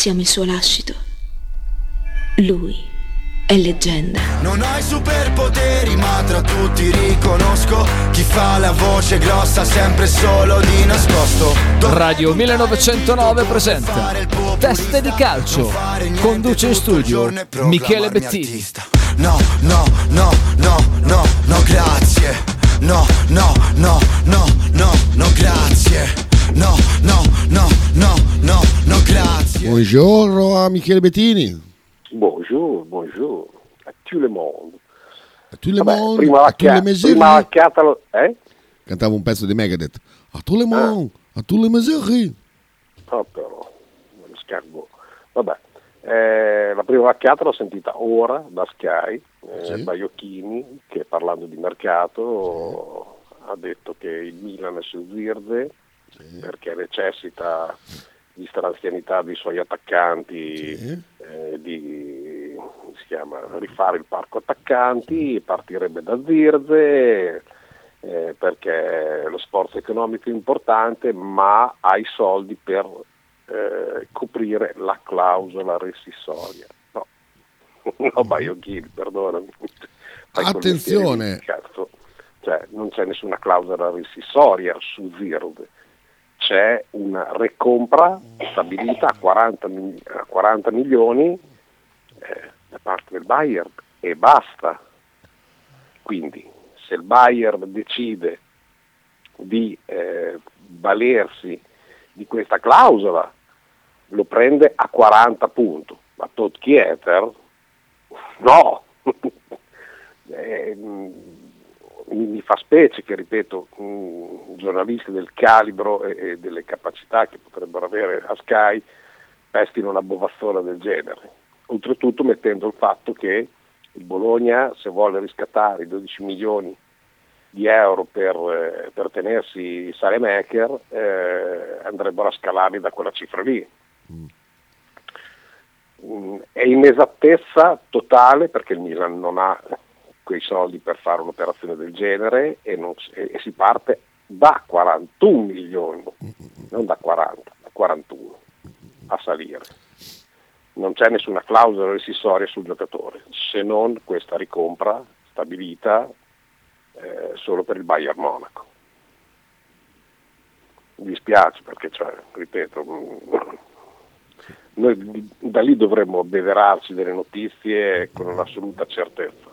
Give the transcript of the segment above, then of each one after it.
siamo il suo lascito. Lui è leggenda. Non hai superpoteri, ma tra tutti riconosco chi fa la voce grossa sempre solo di nascosto. Radio 1909 presenta Teste di calcio. Conduce in studio Michele Bettini. No, no, no, no, no, no, grazie. No, no, no, no, no, no, grazie. No, no, no, no, no, no, grazie. Buongiorno a Michele Bettini. Bonjour, a tout le monde. A tout le monde, prima la chiata, Cantavo un pezzo di Megadeth. A tout le monde, a tout le mesure. Oh, però, me scarbo. Vabbè, la prima vacchiata l'ho sentita ora da Sky, Sì. Baiocchini, che parlando di mercato ha detto che il Milan è sul verde perché necessita, vista l'anzianità dei suoi attaccanti, di rifare il parco attaccanti, partirebbe da Zirze perché lo sforzo economico è importante, ma ha i soldi per coprire la clausola rescissoria. No, Baiocchini, perdonami. Attenzione! Cazzo. Cioè, non c'è nessuna clausola rescissoria su Zirze. C'è una recompra stabilita a 40 milioni da parte del Bayern e basta. Quindi se il Bayern decide di valersi di questa clausola, lo prende a 40 punti, ma tot Kieter no. Mi fa specie che, ripeto, giornalisti del calibro e delle capacità che potrebbero avere a Sky pestino una bovazzola del genere, oltretutto mettendo il fatto che il Bologna, se vuole riscattare i 12 milioni di euro per tenersi Salemaker, andrebbero a scalarli da quella cifra lì. È inesattezza totale perché il Milan non ha quei soldi per fare un'operazione del genere e si parte da 41 milioni, non da 40, da 41 a salire. Non c'è nessuna clausola rescissoria sul giocatore, se non questa ricompra stabilita solo per il Bayern Monaco. Mi dispiace perché, ripeto, noi da lì dovremmo abbeverarci delle notizie con un'assoluta certezza.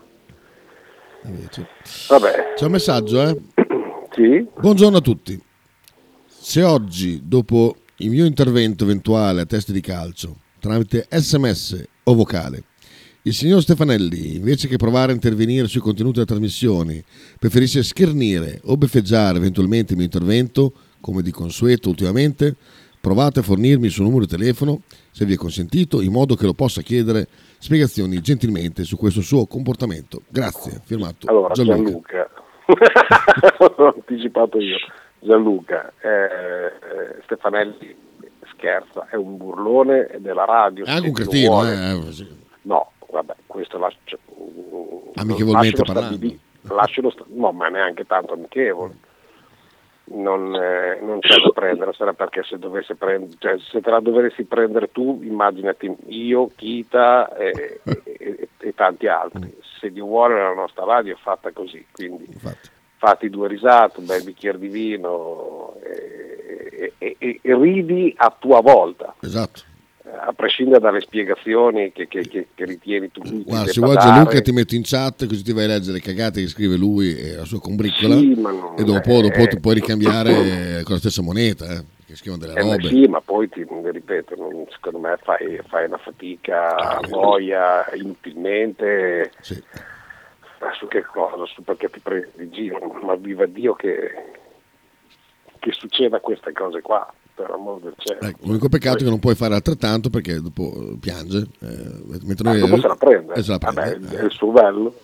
Vabbè. C'è un messaggio, Sì? Buongiorno a tutti. Se oggi, dopo il mio intervento eventuale a Teste di calcio, tramite SMS o vocale, il signor Stefanelli, invece che provare a intervenire sui contenuti delle trasmissioni, preferisce schernire o beffeggiare eventualmente il mio intervento, come di consueto ultimamente, provate a fornirmi il suo numero di telefono, se vi è consentito, in modo che lo possa chiedere spiegazioni gentilmente su questo suo comportamento. Grazie. Firmato allora, Gianluca. Ho anticipato io. Gianluca, Stefanelli scherza, è un burlone della radio. È anche un cretino, No, vabbè, questo amichevolmente parlando. No, ma neanche tanto amichevole. Non c'è da prendere, sarà perché se dovesse prendere, cioè, se te la dovessi prendere tu, immaginati io, Kita e tanti altri. Se Dio vuole la nostra radio è fatta così, quindi fatti due risate, un bel bicchiere di vino e ridi a tua volta. Esatto. A prescindere dalle spiegazioni che ritieni tu. Guarda, se vuoi Gianluca ti metto in chat così ti vai a leggere le cagate che scrive lui e la sua combriccola, e dopo ti puoi ricambiare con la stessa moneta, che scrivono delle robe. Sì, ma poi ti ripeto, secondo me fai una fatica, noia inutilmente. Sì. Su che cosa? Su perché ti prendi in giro? Ma viva Dio che succeda queste cose qua. Per amor del cielo. L'unico peccato è che non puoi fare altrettanto perché dopo piange. Dopo se la prende. È il suo bello.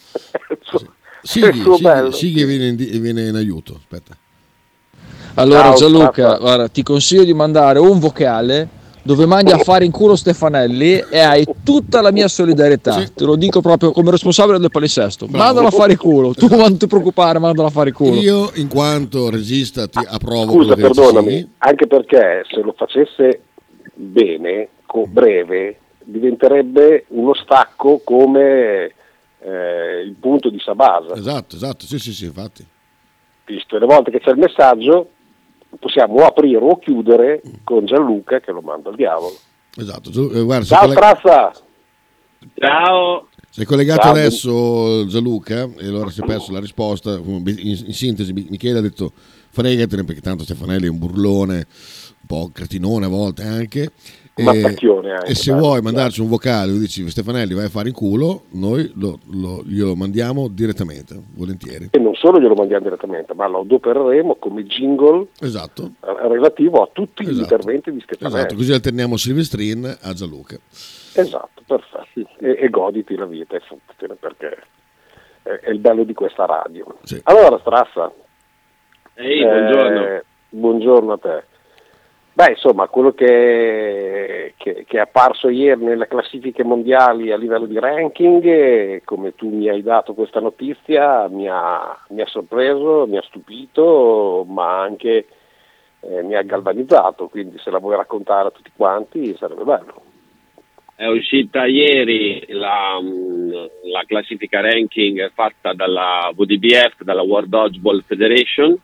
Sì, viene in aiuto. Aspetta. Allora Ciao, Gianluca, guarda, ti consiglio di mandare un vocale dove mandi a fare in culo Stefanelli e hai tutta la mia solidarietà. Sì. Te lo dico proprio come responsabile del palinsesto. Bravo. Mandalo a fare in culo, tu non ti preoccupare, mandalo a fare in culo. Io, in quanto regista, ti approvo. Scusa, quello che perdonami, dici. anche perché se lo facesse bene, diciamo breve, diventerebbe uno stacco come il punto di Sabasa. Esatto, sì, infatti. Visto, e le volte che c'è il messaggio possiamo o aprire o chiudere con Gianluca che lo manda al diavolo. Esatto. Guarda, Ciao Strazza! Ciao! sei collegato Ciao. adesso Gianluca e allora si è perso la risposta. In sintesi Michele ha detto fregatene perché tanto Stefanelli è un burlone, un po' cretinone a volte anche. Mattacchione anche, E se bello, vuoi mandarci un vocale, lo dici Stefanelli vai a fare in culo, noi glielo mandiamo direttamente, volentieri. E non solo glielo mandiamo direttamente, ma lo adopereremo come jingle Esatto. relativo a tutti gli interventi di Stefanelli. Esatto, così alterniamo Silvestrin a Gianluca. Esatto, perfetto. E goditi la vita e fottitene, perché è il bello di questa radio. Sì. Allora Strazza, Buongiorno. Buongiorno a te. Beh, insomma, quello che è apparso ieri nelle classifiche mondiali a livello di ranking, come tu mi hai dato questa notizia, mi ha sorpreso, mi ha stupito, ma anche mi ha galvanizzato, quindi se la vuoi raccontare a tutti quanti sarebbe bello. È uscita ieri la classifica ranking fatta dalla WDBF, dalla World Dodgeball Federation,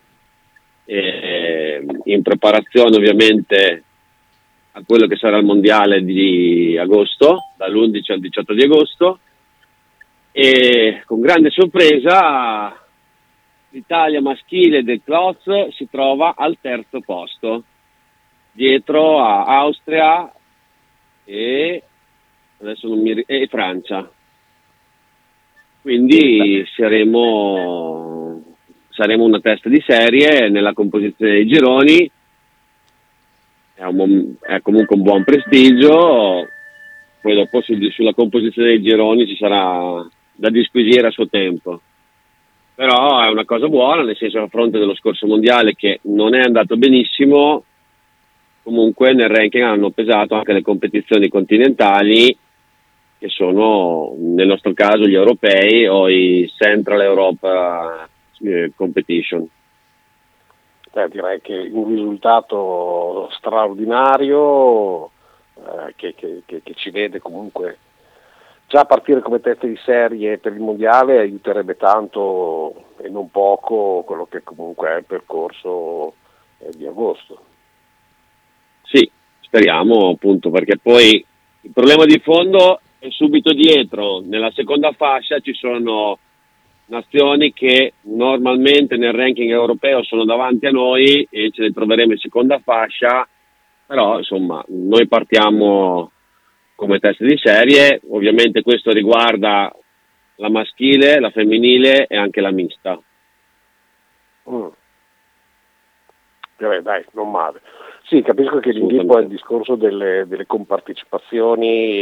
in preparazione ovviamente a quello che sarà il mondiale di agosto, dall'11 al 18 di agosto, e con grande sorpresa l'Italia maschile del Klotz si trova al terzo posto, dietro a Austria e Francia. Quindi saremo una testa di serie nella composizione dei gironi, è comunque un buon prestigio, poi dopo sulla composizione dei gironi ci sarà da disquisire a suo tempo, però è una cosa buona, nel senso che a fronte dello scorso mondiale che non è andato benissimo, comunque nel ranking hanno pesato anche le competizioni continentali, che sono nel nostro caso gli europei o i Central Europa Competition. Direi che un risultato straordinario che ci vede comunque già partire come testa di serie per il mondiale aiuterebbe tanto e non poco quello che comunque è il percorso di agosto. Sì, speriamo appunto, perché poi il problema di fondo è subito dietro, nella seconda fascia ci sono nazioni che normalmente nel ranking europeo sono davanti a noi e ce le troveremo in seconda fascia, però insomma noi partiamo come testa di serie, ovviamente questo riguarda la maschile, la femminile e anche la mista. Dai, non male. Sì, capisco che l'inghippo è il discorso delle compartecipazioni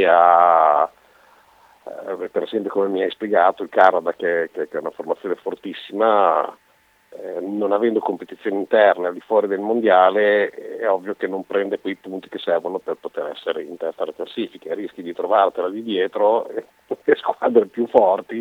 per esempio, come mi hai spiegato, il Canada che è una formazione fortissima, non avendo competizioni interne al di fuori del mondiale, è ovvio che non prende quei punti che servono per poter essere in testa alle classifiche, rischi di trovartela di dietro le squadre più forti,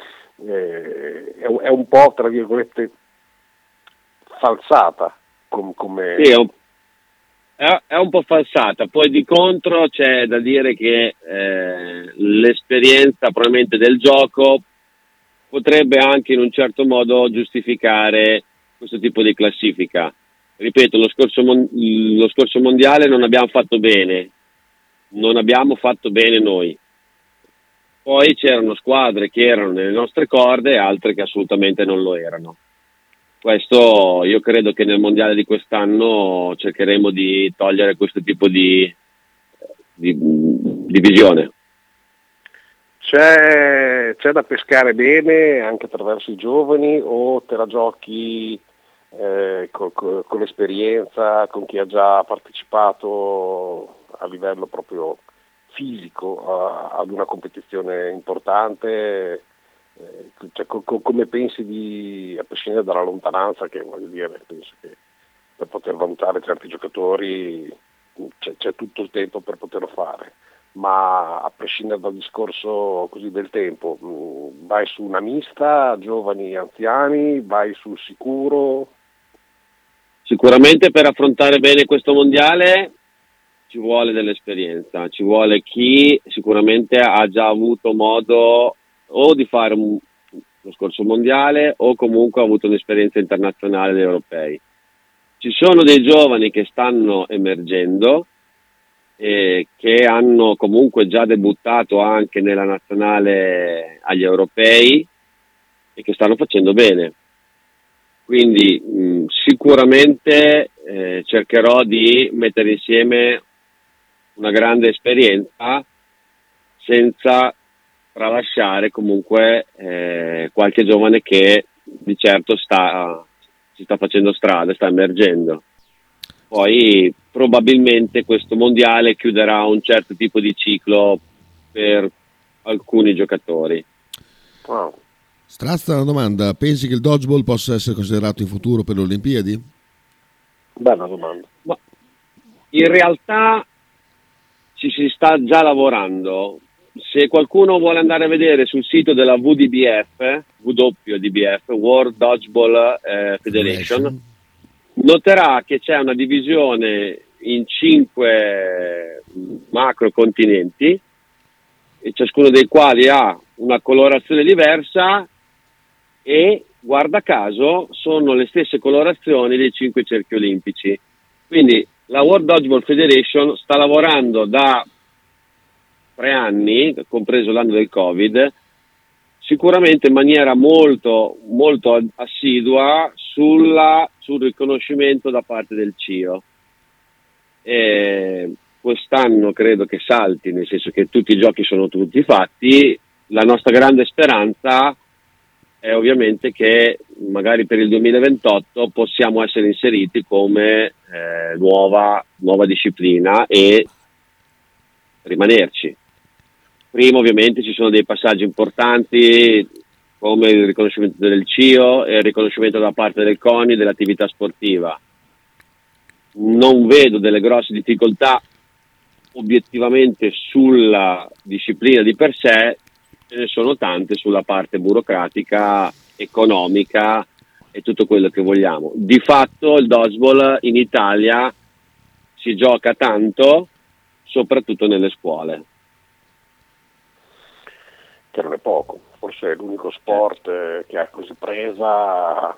è un po' tra virgolette falsata come... Sì, è un po' falsata, poi di contro c'è da dire che l'esperienza probabilmente del gioco potrebbe anche in un certo modo giustificare questo tipo di classifica. Ripeto, lo scorso mondiale non abbiamo fatto bene noi. Poi c'erano squadre che erano nelle nostre corde e altre che assolutamente non lo erano. Questo io credo che nel mondiale di quest'anno cercheremo di togliere questo tipo di visione. C'è da pescare bene anche attraverso i giovani o te la giochi con l'esperienza, con chi ha già partecipato a livello proprio fisico ad una competizione importante? Cioè, come pensi a prescindere dalla lontananza, che voglio dire, penso che per poter valutare certi giocatori c'è tutto il tempo per poterlo fare, ma a prescindere dal discorso così del tempo, vai su una mista, giovani, anziani, vai sul sicuro? Sicuramente per affrontare bene questo mondiale ci vuole dell'esperienza, ci vuole chi sicuramente ha già avuto modo o di fare lo scorso mondiale o comunque ha avuto un'esperienza internazionale degli europei. Ci sono dei giovani che stanno emergendo e che hanno comunque già debuttato anche nella nazionale agli europei e che stanno facendo bene. Quindi sicuramente cercherò di mettere insieme una grande esperienza senza tralasciare comunque qualche giovane che di certo si sta facendo strada, sta emergendo. Poi probabilmente questo mondiale chiuderà un certo tipo di ciclo per alcuni giocatori. Wow. Strazza una domanda, pensi che il dodgeball possa essere considerato in futuro per le Olimpiadi? Bella domanda. Ma in realtà ci si sta già lavorando. Se qualcuno vuole andare a vedere sul sito della WDBF, WDBF, World Dodgeball Federation, noterà che c'è una divisione in 5 macro continenti, e ciascuno dei quali ha una colorazione diversa e, guarda caso, sono le stesse colorazioni dei 5 cerchi olimpici. Quindi la World Dodgeball Federation sta lavorando da 3 anni, compreso l'anno del Covid, sicuramente in maniera molto, molto assidua sul riconoscimento da parte del CIO. E quest'anno credo che salti, nel senso che tutti i giochi sono tutti fatti. La nostra grande speranza è ovviamente che magari per il 2028 possiamo essere inseriti come nuova disciplina e rimanerci. Prima ovviamente ci sono dei passaggi importanti come il riconoscimento del CIO e il riconoscimento da parte del CONI dell'attività sportiva. Non vedo delle grosse difficoltà obiettivamente sulla disciplina di per sé, ce ne sono tante sulla parte burocratica, economica e tutto quello che vogliamo. Di fatto il dodgeball in Italia si gioca tanto, soprattutto nelle scuole. Che non è poco, forse è l'unico sport che ha così presa,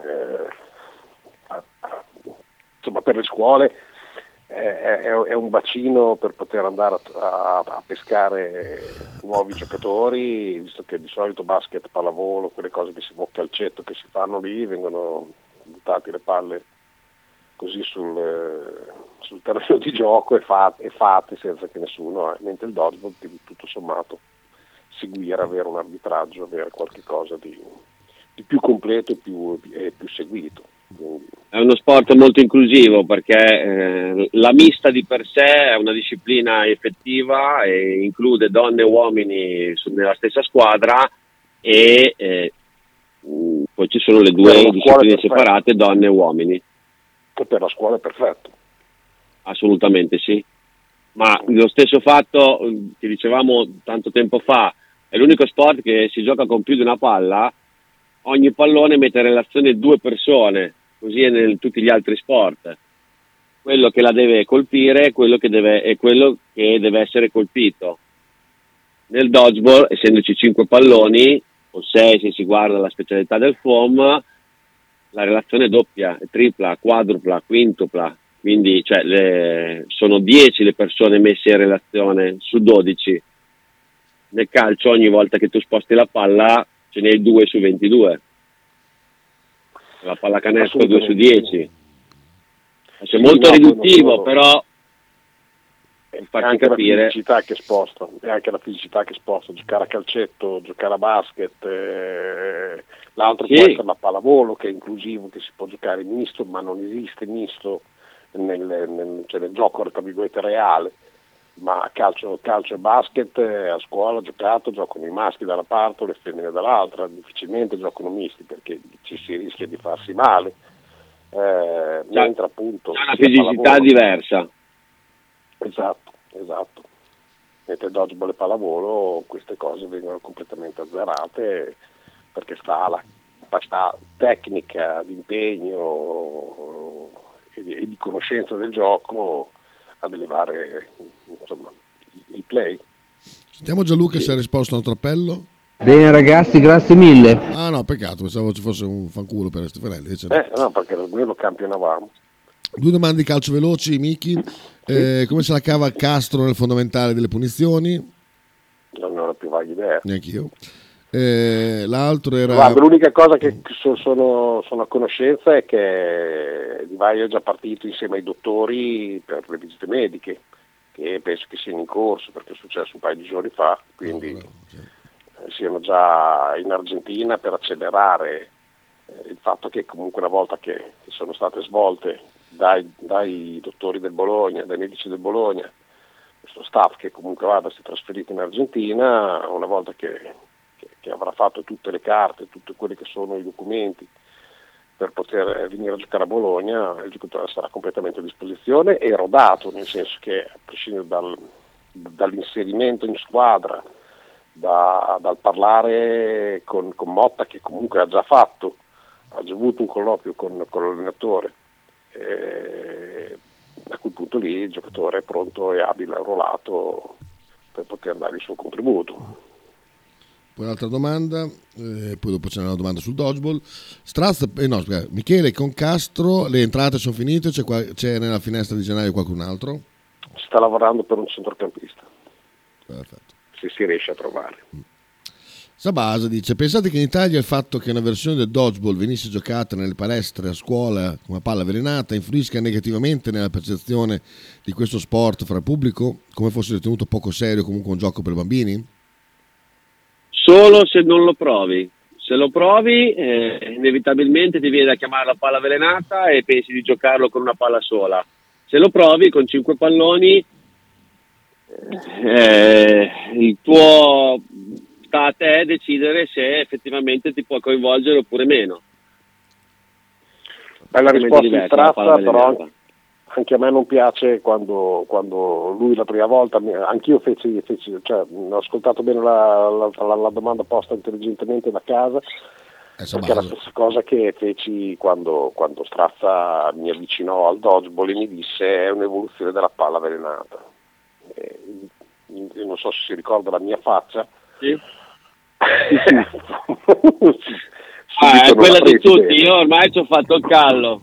insomma per le scuole è un bacino per poter andare a pescare nuovi giocatori, visto che di solito basket, pallavolo, quelle cose che si può, calcetto che si fanno lì, vengono buttate le palle così sul terreno di gioco e fatte senza che nessuno, mentre il dodgeball tutto sommato seguire, avere un arbitraggio, avere qualche cosa di più completo e più seguito. Quindi è uno sport molto inclusivo perché la mista di per sé è una disciplina effettiva e include donne e uomini nella stessa squadra e poi ci sono le due discipline separate, donne e uomini. E per la scuola è perfetto. Assolutamente sì. Ma lo stesso fatto che dicevamo tanto tempo fa, è l'unico sport che si gioca con più di una palla. Ogni pallone mette in relazione 2 persone, così è in tutti gli altri sport. Quello che la deve colpire è quello che deve essere colpito. Nel dodgeball, essendoci 5 palloni, o 6 se si guarda la specialità del foam, la relazione è doppia, è tripla, quadrupla, quintupla. Quindi sono 10 le persone messe in relazione su 12. Nel calcio ogni volta che tu sposti la palla ce n'è 2 su 22. La pallacanestro 2 su 10. È molto riduttivo, però farci capire. La fisicità che sposta, e anche la fisicità che sposta, giocare a calcetto, giocare a basket, l'altro può essere la pallavolo che è inclusivo, che si può giocare misto, ma non esiste misto nel gioco tra virgolette reale. Ma calcio e basket a scuola giocano i maschi da una parte o le femmine dall'altra, difficilmente giocano misti perché ci si rischia di farsi male, mentre appunto c'è una fisicità diversa. Esatto. Mentre dodgeball e pallavolo queste cose vengono completamente azzerate perché sta la capacità tecnica, di impegno e di conoscenza del gioco ad elevare insomma, il play. Sentiamo Gianluca se ha risposto al nostro appello. Bene ragazzi, grazie mille. Ah no, peccato, pensavo ci fosse un fanculo per Stefanelli. Invece No, perché noi lo campionavamo. 2 domande di calcio veloci, Miki. Come se la cava Castro nel fondamentale delle punizioni? Non ne ho la più vaga idea. Neanch'io. L'altro era... Guarda, l'unica cosa che sono a conoscenza è che Di Vaio è già partito insieme ai dottori per le visite mediche, che penso che siano in corso perché è successo un paio di giorni fa, quindi siano già in Argentina per accelerare il fatto che comunque una volta che sono state svolte dai dottori del Bologna, dai medici del Bologna, questo staff che comunque si è trasferito in Argentina, una volta che avrà fatto tutte le carte, tutti quelli che sono i documenti per poter venire a giocare a Bologna, il giocatore sarà completamente a disposizione e rodato, nel senso che a prescindere dall'inserimento in squadra, dal parlare con Motta, che comunque ha già avuto un colloquio con l'allenatore, a quel punto lì il giocatore è pronto e abile, arruolato per poter dare il suo contributo. Poi un'altra domanda, poi dopo c'è una domanda sul dodgeball. Michele, con Castro le entrate sono finite, c'è nella finestra di gennaio qualcun altro? Si sta lavorando per un centrocampista. Perfetto. Se si riesce a trovare. Sabasa dice: pensate che in Italia il fatto che una versione del dodgeball venisse giocata nelle palestre a scuola come palla avvelenata influisca negativamente nella percezione di questo sport fra il pubblico, come fosse ritenuto poco serio, comunque un gioco per bambini? Solo se non lo provi. Se lo provi, inevitabilmente ti viene da chiamare la palla avvelenata e pensi di giocarlo con una palla sola. Se lo provi con 5 palloni, il tuo sta a te decidere se effettivamente ti può coinvolgere oppure meno. Bella risposta di Strazza, però anche a me non piace quando lui la prima volta, anch'io feci cioè, ho ascoltato bene la domanda posta intelligentemente da casa, perché è la stessa cosa che feci quando Strazza mi avvicinò al dodgeball e mi disse è un'evoluzione della palla avvelenata. Io non so se si ricorda la mia faccia. Sì. È quella di tutti, io ormai ci ho fatto il callo.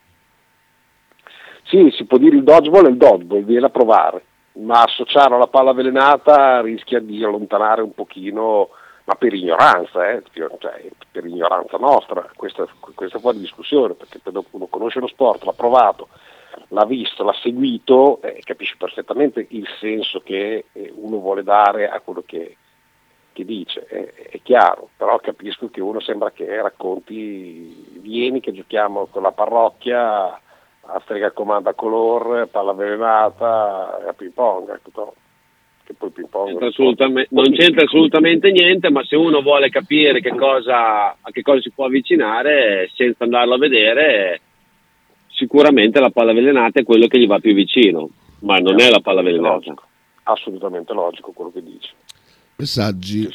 Sì, si può dire il dodgeball è il dodgeball, viene a provare, ma associarlo alla palla avvelenata rischia di allontanare un pochino, ma per ignoranza, cioè, per ignoranza nostra, questa è fuori discussione, perché dopo uno conosce lo sport, l'ha provato, l'ha visto, l'ha seguito, capisce perfettamente il senso che uno vuole dare a quello che dice, è chiaro, però capisco che uno sembra che racconti, vieni che giochiamo con la parrocchia a strega comanda color, palla avvelenata e a ping pong, ecco, che poi ping pong non c'entra assolutamente niente, ma se uno vuole capire a che cosa si può avvicinare senza andarlo a vedere, sicuramente la palla avvelenata è quello che gli va più vicino, ma non è la palla avvelenata. Logico. Assolutamente logico quello che dici. Messaggi.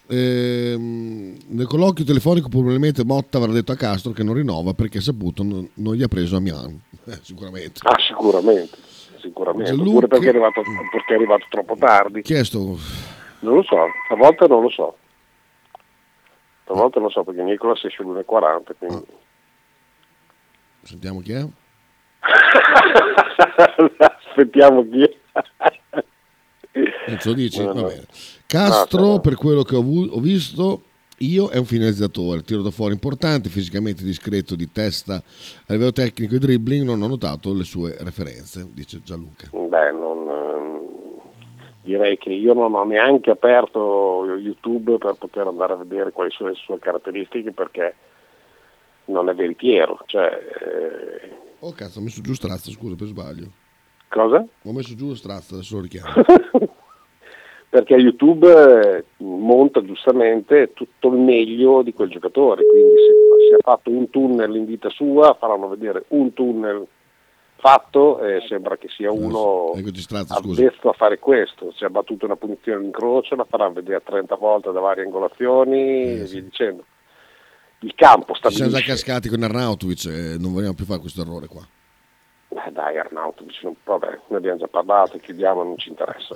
Nel colloquio telefonico probabilmente Motta avrà detto a Castro che non rinnova perché saputo non gli ha preso a Milan. Sicuramente. Sicuramente. Oppure perché è arrivato troppo tardi. Chiesto. Non lo so, a volte non lo so. Perché Nicolas esce all'1:40, quindi. Sentiamo chi è. Aspettiamo chi è. Non ce lo dici? Va bene. Castro, per quello che ho visto io, è un finalizzatore, tiro da fuori importante, fisicamente discreto, di testa, a livello tecnico e dribbling non ho notato le sue referenze, dice Gianluca. Direi che io non ho neanche aperto YouTube per poter andare a vedere quali sono le sue caratteristiche, perché non è veritiero, Oh cazzo, ho messo giù Strazza, scusa, per sbaglio. Cosa? Ho messo giù Strazza, adesso lo richiamo. Perché YouTube monta giustamente tutto il meglio di quel giocatore, quindi se si è fatto un tunnel in vita sua, faranno vedere un tunnel fatto e sembra che sia uno avvezzo a fare questo. Si è battuto una punizione in croce, la faranno vedere 30 volte da varie angolazioni e via dicendo. Il campo stabilisce. Siamo già cascati con Arnautovic e non vogliamo più fare questo errore qua. Dai Arnautovic, vabbè, ne abbiamo già parlato, chiudiamo, non ci interessa.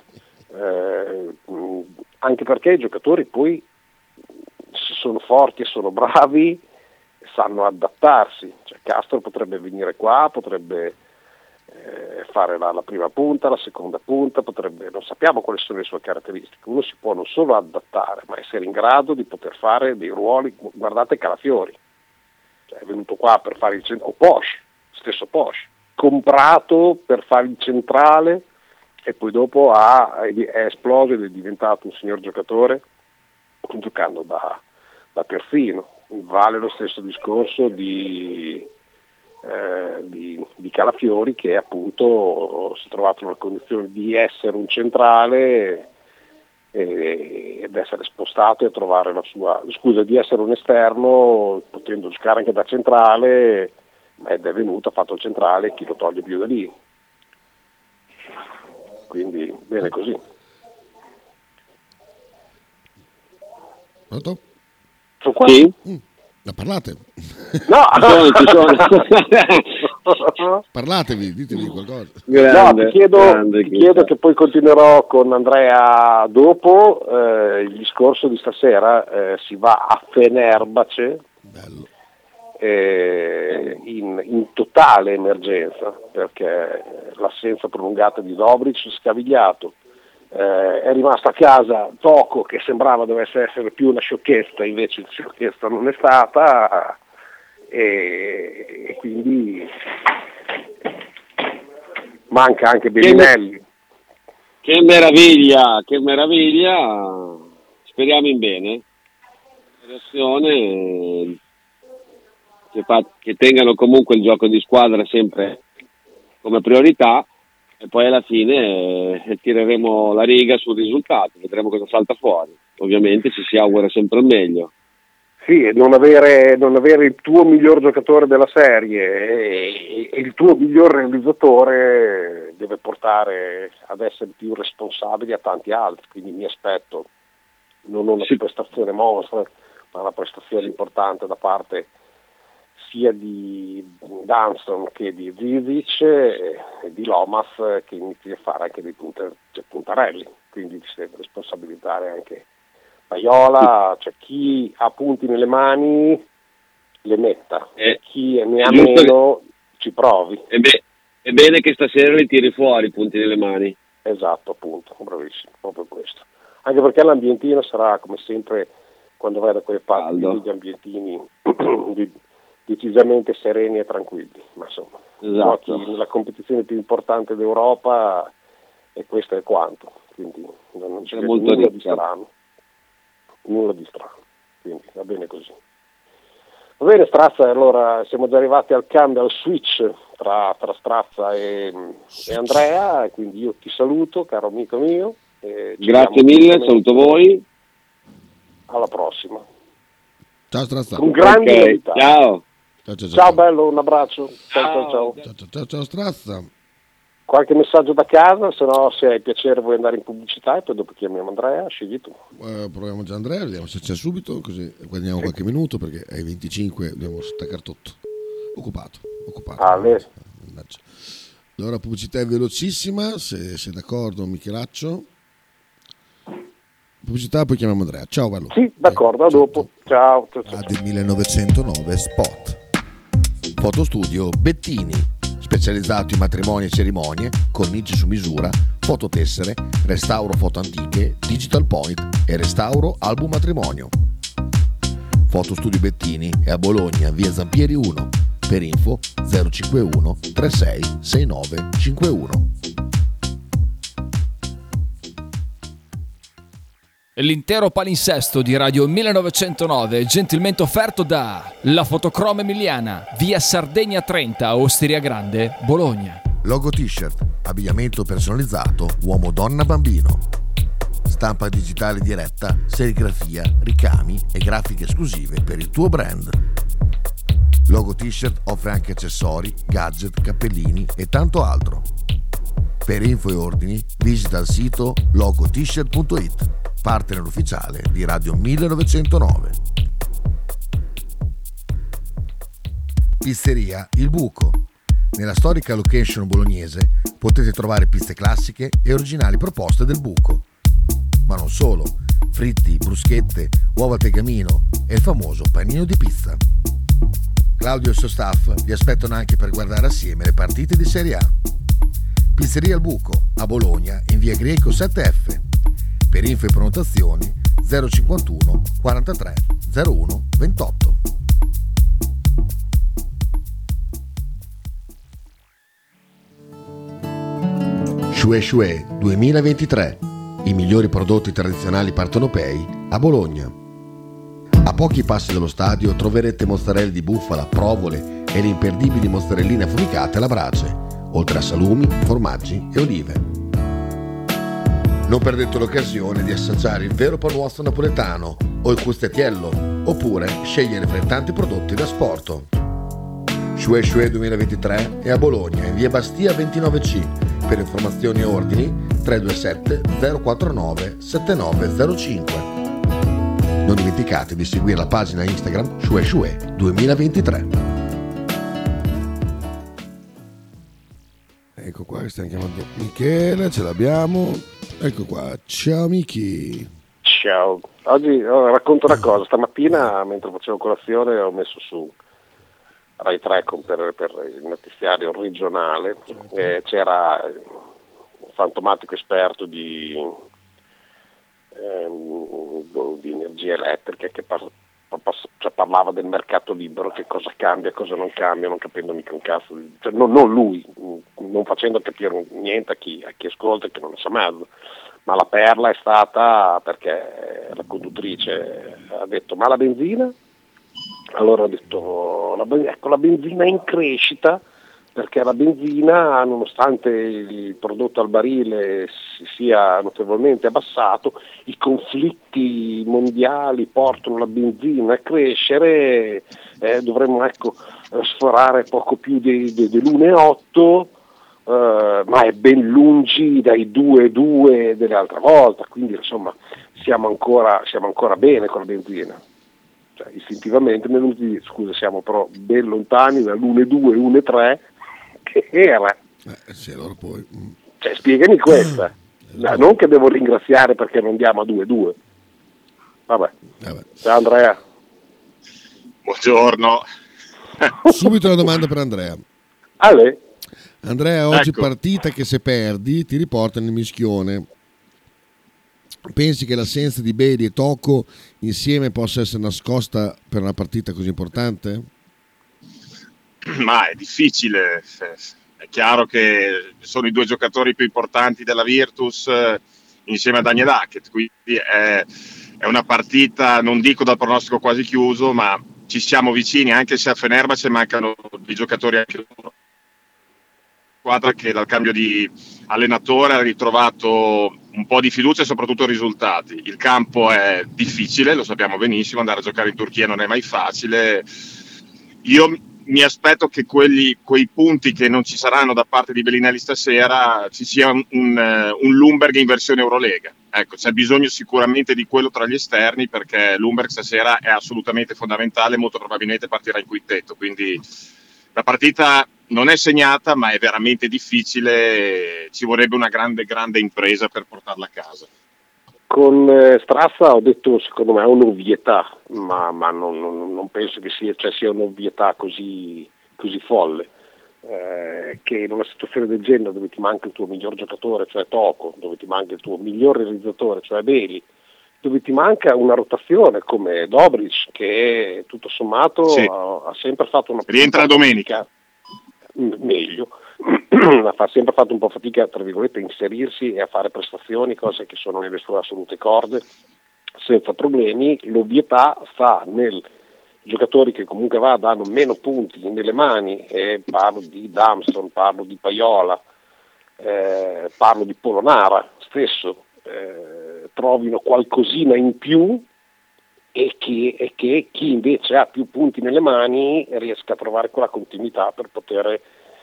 Anche perché i giocatori poi, se sono forti e sono bravi, sanno adattarsi. Cioè, Castro potrebbe venire qua, potrebbe fare la prima punta, la seconda punta, non sappiamo quali sono le sue caratteristiche. Uno si può non solo adattare, ma essere in grado di poter fare dei ruoli. Guardate Calafiori, cioè, è venuto qua per fare il centro, o stesso Posch, comprato per fare il centrale e poi dopo è esploso ed è diventato un signor giocatore giocando da terzino. Vale lo stesso discorso di Calafiori, che appunto si è trovato nella condizione di essere un centrale ed essere spostato e trovare di essere un esterno potendo giocare anche da centrale, ed è venuto, ha fatto il centrale, chi lo toglie più da lì, quindi bene così. Pronto? Sono qua? Sì? Ma parlate? No! Ci sono. Parlatevi, ditevi qualcosa. Grande, ti chiedo che poi continuerò con Andrea dopo. Il discorso di stasera si va a Fenerbahce. Bello. In totale emergenza, perché l'assenza prolungata di Dobric, scavigliato, è rimasto a casa Tocco, che sembrava dovesse essere più una sciocchezza, invece sciocchezza non è stata, e quindi manca anche Bellinelli. Che meraviglia, speriamo in bene. Reazione che tengano comunque il gioco di squadra sempre come priorità, e poi alla fine tireremo la riga sul risultato, vedremo cosa salta fuori. Ovviamente ci si augura sempre il meglio. Sì, non avere il tuo miglior giocatore della serie e il tuo miglior realizzatore deve portare ad essere più responsabili a tanti altri, quindi mi aspetto non una prestazione mostra, ma una prestazione importante da parte sia di Dunston che di Zizic e di Lomas, che inizi a fare anche dei puntarelli, quindi si deve responsabilizzare anche Paiola, cioè chi ha punti nelle mani le metta, chi ne ha meno ci provi. È bene che stasera li tiri fuori i punti nelle mani. Esatto, appunto, bravissimo, proprio questo. Anche perché l'ambientino sarà, come sempre, quando vai da quelle parti, degli ambientini decisamente sereni e tranquilli, ma insomma, esatto. Giochi nella competizione più importante d'Europa e questo è quanto, quindi non c'è nulla di strano, quindi va bene così. Va bene Strazza, allora siamo già arrivati al cambio, al switch tra Strazza e Andrea, quindi io ti saluto, caro amico mio. Grazie mille, saluto voi. Alla prossima. Ciao Strazza. Con grandi novità. Ciao. Ciao bello, un abbraccio. Ciao. Ciao Strazza. Qualche messaggio da casa, se no, se hai piacere vuoi andare in pubblicità e poi dopo chiamiamo Andrea, scegli tu. Proviamo già Andrea, vediamo se c'è subito, così guadagniamo qualche minuto, perché ai 25 dobbiamo staccare tutto. Occupato. Allora pubblicità è velocissima, se sei d'accordo Michelaccio. Pubblicità, poi chiamiamo Andrea. Ciao bello. Sì, d'accordo, a dopo. Ciao. Del 1909 Spot. Fotostudio Bettini, specializzato in matrimoni e cerimonie, cornici su misura, fototessere, restauro foto antiche, digital point e restauro album matrimonio. Fotostudio Bettini è a Bologna, via Zampieri 1. Per info 051 36 69 51. L'intero palinsesto di Radio 1909 è gentilmente offerto da La Fotocroma Emiliana, via Sardegna 30, Osteria Grande, Bologna. Logo t-shirt, abbigliamento personalizzato, uomo, donna, bambino. Stampa digitale diretta, serigrafia, ricami e grafiche esclusive per il tuo brand. Logo t-shirt offre anche accessori, gadget, cappellini e tanto altro. Per info e ordini visita il sito logotshirt.it, partner ufficiale di Radio 1909. Pizzeria Il Buco. Nella storica location bolognese potete trovare pizze classiche e originali proposte del buco. Ma non solo, fritti, bruschette, uova al tegamino e il famoso panino di pizza. Claudio e il suo staff vi aspettano anche per guardare assieme le partite di Serie A. Pizzeria al Buco, a Bologna, in via Greco 7F. Per info e prenotazioni 051 43 01 28. Shue Shue 2023. I migliori prodotti tradizionali partenopei a Bologna. A pochi passi dallo stadio troverete mozzarella di bufala, provole e le imperdibili mozzarelline affumicate alla brace, oltre a salumi, formaggi e olive. Non perdete l'occasione di assaggiare il vero panuozzo napoletano o il custettiello, oppure scegliere fra i tanti prodotti da sport. Shue Shue 2023 è a Bologna, in via Bastia 29C. Per informazioni e ordini 327 049 7905. Non dimenticate di seguire la pagina Instagram Shue Shue 2023. Ecco qua che stiamo chiamando Michele, ce l'abbiamo. Ecco qua, ciao Michi. Ciao, oggi racconto una cosa. Stamattina mentre facevo colazione ho messo su Rai 3 per il notiziario regionale, c'era un fantomatico esperto di energia elettrica che parlava del mercato libero, che cosa cambia, cosa non cambia, non capendo mica un cazzo, cioè, non lui, non facendo capire niente a chi ascolta e che non ne sa mezzo. Ma la perla è stata perché la conduttrice ha detto: ma la benzina? Allora ho detto, ecco, la benzina è in crescita, perché la benzina, nonostante il prodotto al barile si sia notevolmente abbassato, i conflitti mondiali portano la benzina a crescere, dovremmo sforare poco più dell'1,8, ma è ben lungi dai 2,2 dell'altra volta, quindi insomma siamo ancora bene con la benzina. Cioè, istintivamente scusa, siamo però ben lontani dall'1,2, 1,3 che era. Sì, allora poi. Cioè, spiegami questa. Non che devo ringraziare perché non andiamo a 2,2. Vabbè. Ciao Andrea. Buongiorno. Subito una domanda per Andrea. Andrea, oggi partita che se perdi ti riporta nel mischione. Pensi che l'assenza di Bailey e Tocco insieme possa essere nascosta per una partita così importante? Ma è difficile, è chiaro che sono i due giocatori più importanti della Virtus insieme a Daniel Hackett, quindi è una partita, non dico dal pronostico quasi chiuso, ma ci siamo vicini, anche se a Fenerbahce mancano i giocatori anche loro. Squadra che dal cambio di allenatore ha ritrovato un po' di fiducia e soprattutto risultati. Il campo è difficile, lo sappiamo benissimo, andare a giocare in Turchia non è mai facile. Io mi aspetto che quei punti che non ci saranno da parte di Bellinelli stasera ci sia un Lumberg in versione Eurolega. Ecco, c'è bisogno sicuramente di quello tra gli esterni, perché Lumberg stasera è assolutamente fondamentale, molto probabilmente partirà in quintetto, quindi la partita non è segnata, ma è veramente difficile, ci vorrebbe una grande impresa per portarla a casa. Con Strazza ho detto, secondo me è un'ovvietà, ma non penso che sia un'ovvietà così folle, che in una situazione del genere, dove ti manca il tuo miglior giocatore, cioè Tocco, dove ti manca il tuo miglior realizzatore, cioè Bailey, dove ti manca una rotazione come Dobric, che tutto sommato sì, ha sempre fatto una rientra domenica meglio ha sempre fatto un po' fatica, tra virgolette, a inserirsi e a fare prestazioni, cose che sono nelle sue assolute corde senza problemi. L'ovvietà sta nel giocatori che comunque danno meno punti nelle mani, parlo di Dunston, parlo di Paiola, parlo di Polonara stesso, trovino qualcosina in più e che chi invece ha più punti nelle mani riesca a trovare quella continuità per poter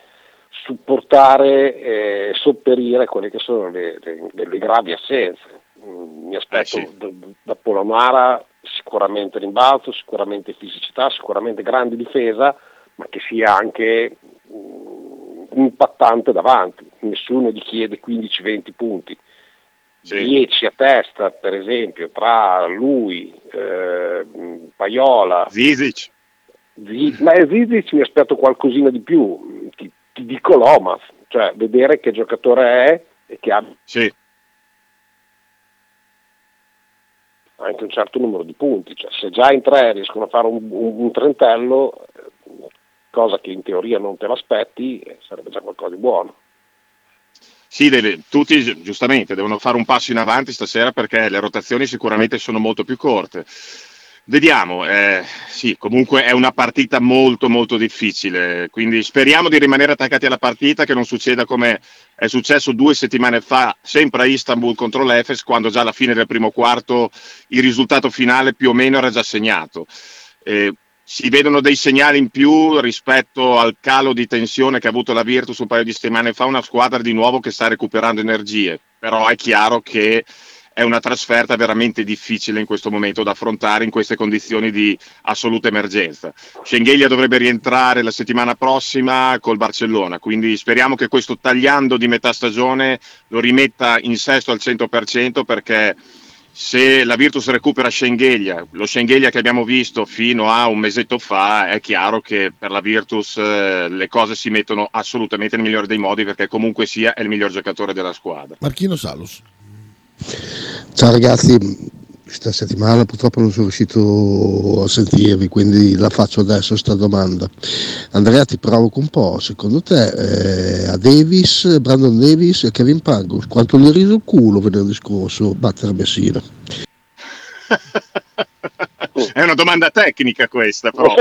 supportare e sopperire quelle che sono le gravi assenze. Mi aspetto da Polonara sicuramente rimbalzo, sicuramente fisicità, sicuramente grande difesa, ma che sia anche impattante davanti, nessuno gli chiede 15-20 punti. Sì. 10 a testa, per esempio, tra lui, Paiola, Zizic. ma Zizic mi aspetto qualcosina di più, ti dico Lomas, cioè vedere che giocatore è e che ha Sì. anche un certo numero di punti, cioè, se già in 3 riescono a fare un trentello, cosa che in teoria non te l'aspetti, sarebbe già qualcosa di buono. Sì, tutti giustamente devono fare un passo in avanti stasera perché le rotazioni sicuramente sono molto più corte. Vediamo, sì, comunque è una partita molto molto difficile, quindi speriamo di rimanere attaccati alla partita, che non succeda come è successo 2 settimane fa, sempre a Istanbul contro l'Efes, quando già alla fine del primo quarto il risultato finale più o meno era già segnato. Si vedono dei segnali in più rispetto al calo di tensione che ha avuto la Virtus un paio di settimane fa, una squadra di nuovo che sta recuperando energie, però è chiaro che è una trasferta veramente difficile in questo momento da affrontare in queste condizioni di assoluta emergenza. Schengelia dovrebbe rientrare la settimana prossima col Barcellona, quindi speriamo che questo tagliando di metà stagione lo rimetta in sesto al 100%, perché se la Virtus recupera Schengelia, lo Schengelia che abbiamo visto fino a un mesetto fa, è chiaro che per la Virtus le cose si mettono assolutamente nel migliore dei modi, perché comunque sia è il miglior giocatore della squadra. Marchino Salus. Ciao ragazzi, questa settimana purtroppo non sono riuscito a sentirvi, quindi la faccio adesso sta domanda. Andrea, ti provoco un po', secondo te a Davis, Brandon Davis e Kevin Pangos, quanto gli ha riso il culo venerdì scorso battere Messina? È una domanda tecnica questa, però.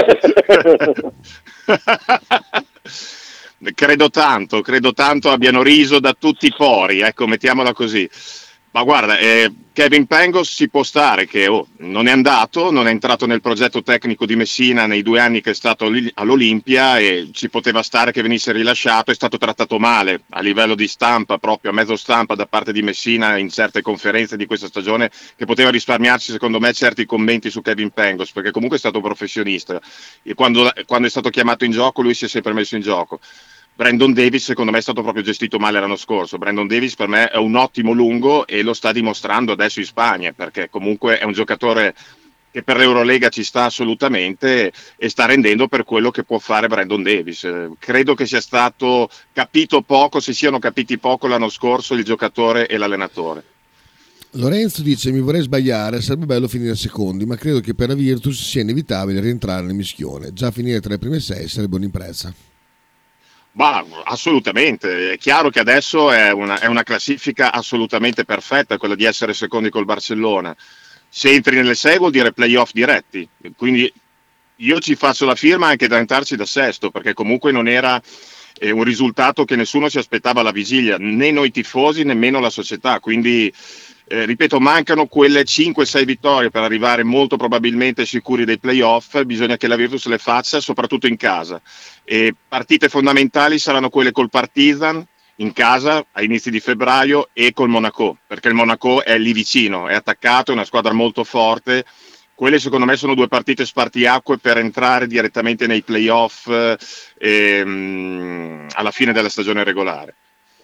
credo tanto abbiano riso da tutti i pori, ecco, mettiamola così. Ma guarda, Kevin Pangos si può stare che non è andato, non è entrato nel progetto tecnico di Messina nei 2 anni che è stato all'Olimpia, e ci poteva stare che venisse rilasciato. È stato trattato male a livello di stampa, proprio a mezzo stampa, da parte di Messina in certe conferenze di questa stagione, che poteva risparmiarci secondo me certi commenti su Kevin Pangos, perché comunque è stato un professionista e quando è stato chiamato in gioco lui si è sempre messo in gioco. Brandon Davis secondo me è stato proprio gestito male l'anno scorso. Brandon Davis per me è un ottimo lungo e lo sta dimostrando adesso in Spagna, perché comunque è un giocatore che per l'Eurolega ci sta assolutamente e sta rendendo per quello che può fare Brandon Davis. Credo che sia stato capito poco, si siano capiti poco l'anno scorso il giocatore e l'allenatore. Lorenzo dice: mi vorrei sbagliare, sarebbe bello finire secondi, ma credo che per la Virtus sia inevitabile rientrare nel mischione. Già finire tra le prime 6 sarebbe un'impresa. Ma assolutamente, è chiaro che adesso è una classifica assolutamente perfetta, quella di essere secondi col Barcellona. Se entri nelle 6 vuol dire playoff diretti, quindi io ci faccio la firma anche da entrarci da sesto, perché comunque non era un risultato che nessuno si aspettava alla vigilia, né noi tifosi, nemmeno la società, quindi ripeto, mancano quelle 5-6 vittorie per arrivare molto probabilmente sicuri dei playoff. Bisogna che la Virtus le faccia, soprattutto in casa, e partite fondamentali saranno quelle col Partizan in casa a inizi di febbraio e col Monaco, perché il Monaco è lì vicino, è attaccato, è una squadra molto forte. Quelle secondo me sono 2 partite spartiacque per entrare direttamente nei playoff alla fine della stagione regolare.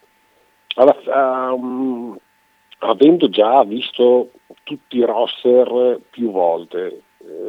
Avendo già visto tutti i roster più volte,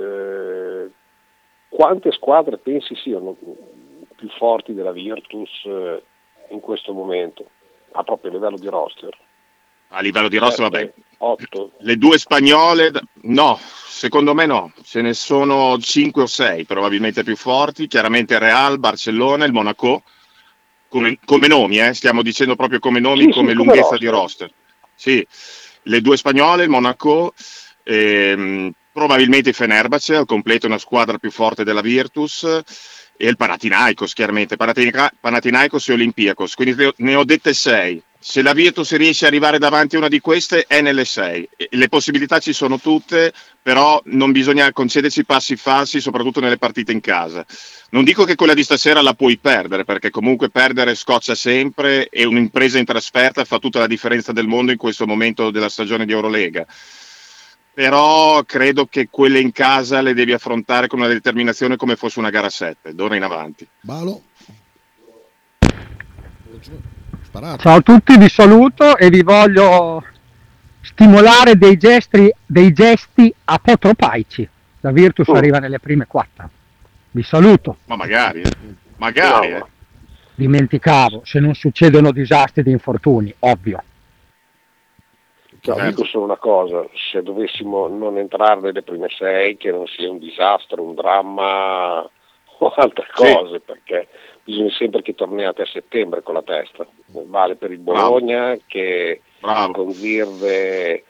quante squadre pensi siano più forti della Virtus in questo momento, a proprio livello di roster? A livello di roster, vabbè, 8. Le 2 spagnole, no, secondo me no, ce ne sono 5 o 6 probabilmente più forti, chiaramente Real, Barcellona, il Monaco, come nomi, stiamo dicendo proprio come nomi, sì, come sì, lunghezza come di roster. Sì, le 2 spagnole, il Monaco, probabilmente il Fenerbahce al completo, una squadra più forte della Virtus, e il Panathinaikos, chiaramente Panathinaikos e Olympiakos, quindi ne ho dette 6. Se la Virtus riesce ad arrivare davanti a una di queste è nelle 6. Le possibilità ci sono tutte, però non bisogna concederci passi falsi, soprattutto nelle partite in casa. Non dico che quella di stasera la puoi perdere, perché comunque perdere scoccia sempre e un'impresa in trasferta fa tutta la differenza del mondo in questo momento della stagione di Eurolega. Però credo che quelle in casa le devi affrontare con una determinazione come fosse una gara 7, d'ora in avanti. Balo. Sparato. Ciao a tutti, vi saluto e vi voglio stimolare dei gesti apotropaici. La Virtus arriva nelle prime 4. Vi saluto. Ma magari, No, Dimenticavo, se non succedono disastri di infortuni, ovvio. no, dico solo una cosa, se dovessimo non entrare nelle prime 6, che non sia un disastro, un dramma o altre cose, perché bisogna sempre che torniate a settembre con la testa. Vale per il Bologna che con Zirve,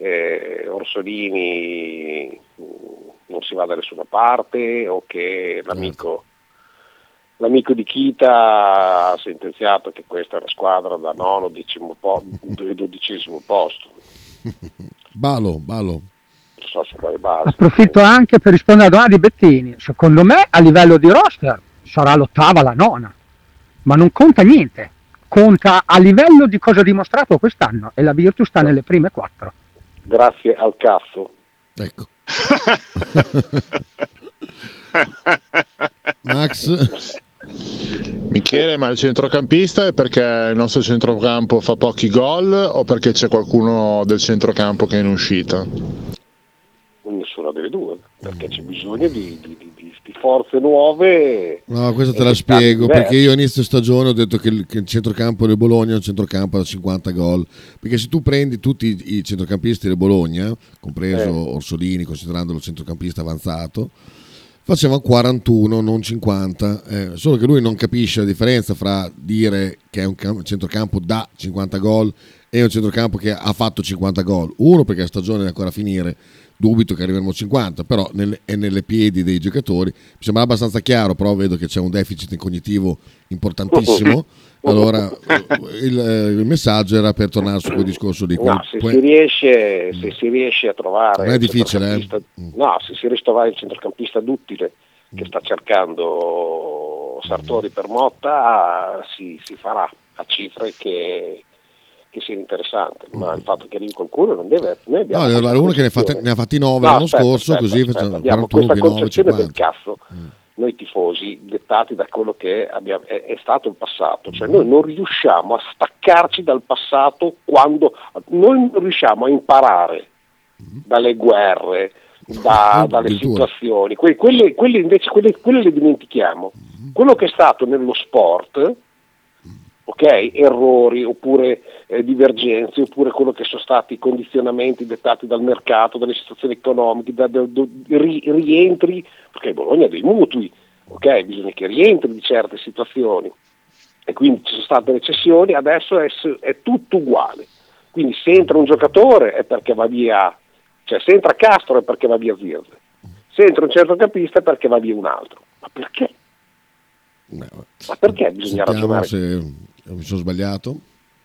Orsolini non si va da nessuna parte, o che l'amico di Kita ha sentenziato che questa è una squadra da nono, 12° posto. Balo. Non so su quale base. Approfitto anche per rispondere alla domanda di Bettini. Secondo me a livello di roster sarà l'8ª, la 9ª, ma non conta niente. Conta a livello di cosa ha dimostrato quest'anno e la Virtus sta nelle prime 4. Grazie al cazzo. Ecco. Max? Michele, ma il centrocampista è perché il nostro centrocampo fa pochi gol o perché c'è qualcuno del centrocampo che è in uscita? Nessuna delle due, perché c'è bisogno di forze nuove. No, questo te la spiego, perché io a inizio stagione ho detto che il centrocampo del Bologna è un centrocampo da 50 gol, perché se tu prendi tutti i centrocampisti del Bologna, compreso Orsolini, considerandolo centrocampista avanzato, faceva 41, non 50, solo che lui non capisce la differenza fra dire che è un centrocampo da 50 gol e un centrocampo che ha fatto 50 gol. Uno, perché la stagione è ancora a finire, dubito che arriveremo a 50, però è nelle piedi dei giocatori. Mi sembra abbastanza chiaro, però vedo che c'è un deficit cognitivo importantissimo. Allora il messaggio era per tornare su quel discorso lì. No, se si riesce a trovare, non è difficile, no, se si riesce a trovare il centrocampista duttile che sta cercando Sartori per Motta, si farà a cifre che sia interessante, ma il fatto che arrivi qualcuno non deve. No, allora uno che ne ha fatti 9 l'anno scorso, così facciamo 41 questa più 9, concezione 50. del cazzo. Noi tifosi, dettati da quello che è stato il passato, cioè noi non riusciamo a staccarci dal passato quando noi non riusciamo a imparare dalle guerre, dalle situazioni, quelle invece le dimentichiamo. Quello che è stato nello sport, ok, errori oppure divergenze, oppure quello che sono stati condizionamenti dettati dal mercato, dalle situazioni economiche, rientri, perché Bologna ha dei mutui, ok, bisogna che rientri di certe situazioni e quindi ci sono state recessioni, adesso è tutto uguale, quindi se entra un giocatore è perché va via, cioè se entra Castro è perché va via Zirze, se entra un centrocampista è perché va via un altro, ma perché? Ma perché bisogna ragionare? Se mi sono sbagliato.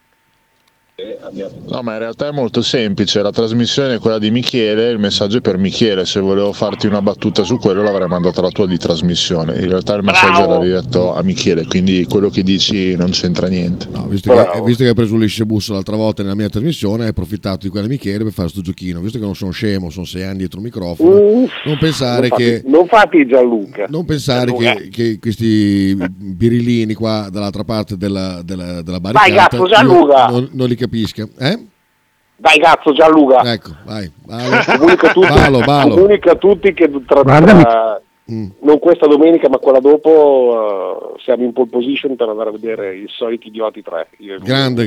No, ma in realtà è molto semplice, la trasmissione è quella di Michele, il messaggio è per Michele, se volevo farti una battuta su quello l'avrei mandato alla tua di trasmissione, in realtà il messaggio era diretto a Michele, quindi quello che dici non c'entra niente. No, visto che hai preso l'Iscebus l'altra volta nella mia trasmissione, hai approfittato di quella di Michele per fare sto giochino, visto che non sono scemo, sono 6 anni dietro il microfono, non pensare non fate Gianluca, non pensare che questi birillini qua dall'altra parte della barricata vai cazzo Gianluca non li capisca, Dai cazzo Gianluca. Ecco, vai. Comunica a tutti che non questa domenica ma quella dopo siamo in pole position per andare a vedere i soliti idioti 3. Grande.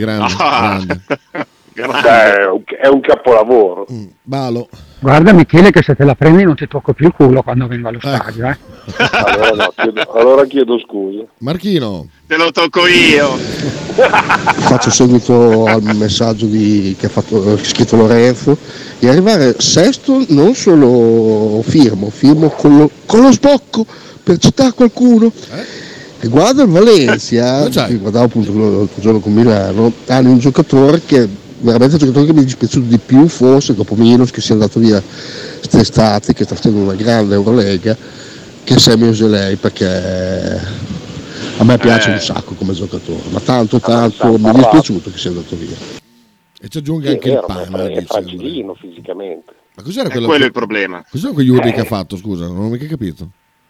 È un capolavoro. Balo. Guarda Michele che se te la prendi non ti tocco più il culo quando vengo allo stadio. Allora chiedo scusa. Marchino. Te lo tocco io. Faccio seguito al messaggio che ha scritto Lorenzo, e arrivare sesto non solo firmo con lo sbocco per citare qualcuno. E guarda il Valencia, guardavo appunto l'altro giorno con Milano, hanno un giocatore che veramente il giocatore che mi è dispiaciuto di più, forse dopo Milos che si è andato via quest'estate, che sta facendo una grande Eurolega, che è Semi Oselei, perché a me piace un sacco come giocatore, ma tanto mi è dispiaciuto che sia andato via. E ci aggiunge anche il Pana, è fragilino fisicamente. Ma cos'era quello è il problema. Cos'era quegli urli che ha fatto, scusa, non ho mica capito.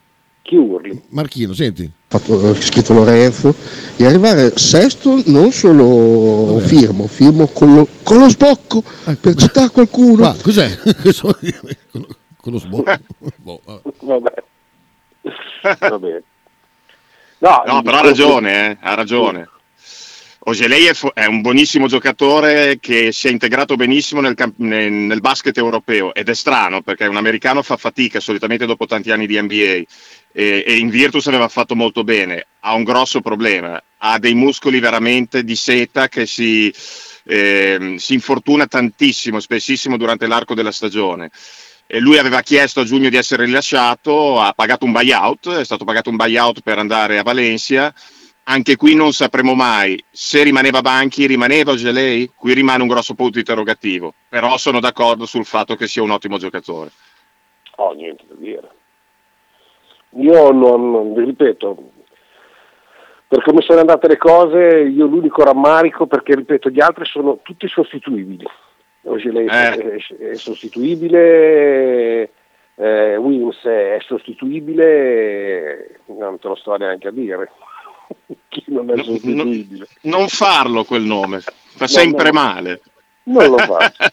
Chi urli? Marchino, senti. Scritto Lorenzo, e arrivare sesto non solo firmo con lo sbocco per citare qualcuno. Ma cos'è? Con lo sbocco. Vabbè. Va bene. No, però ha ragione. Ogelei è un buonissimo giocatore che si è integrato benissimo nel basket europeo, ed è strano perché un americano fa fatica solitamente dopo tanti anni di NBA, e in Virtus aveva fatto molto bene. Ha un grosso problema, ha dei muscoli veramente di seta che si infortuna tantissimo, spessissimo durante l'arco della stagione. E lui aveva chiesto a giugno di essere rilasciato, ha pagato un buyout, è stato pagato un buyout per andare a Valencia. Anche qui non sapremo mai se rimaneva Banchi, rimaneva Ogelei. Qui rimane un grosso punto interrogativo, però sono d'accordo sul fatto che sia un ottimo giocatore. Niente da dire. Io non vi ripeto, per come sono andate le cose, io l'unico rammarico, perché ripeto, gli altri sono tutti sostituibili. Ogelei è sostituibile, Wims è sostituibile, non te lo sto neanche a dire. Chi non è sostituibile? Non farlo quel nome, fa sempre male. Non lo faccio.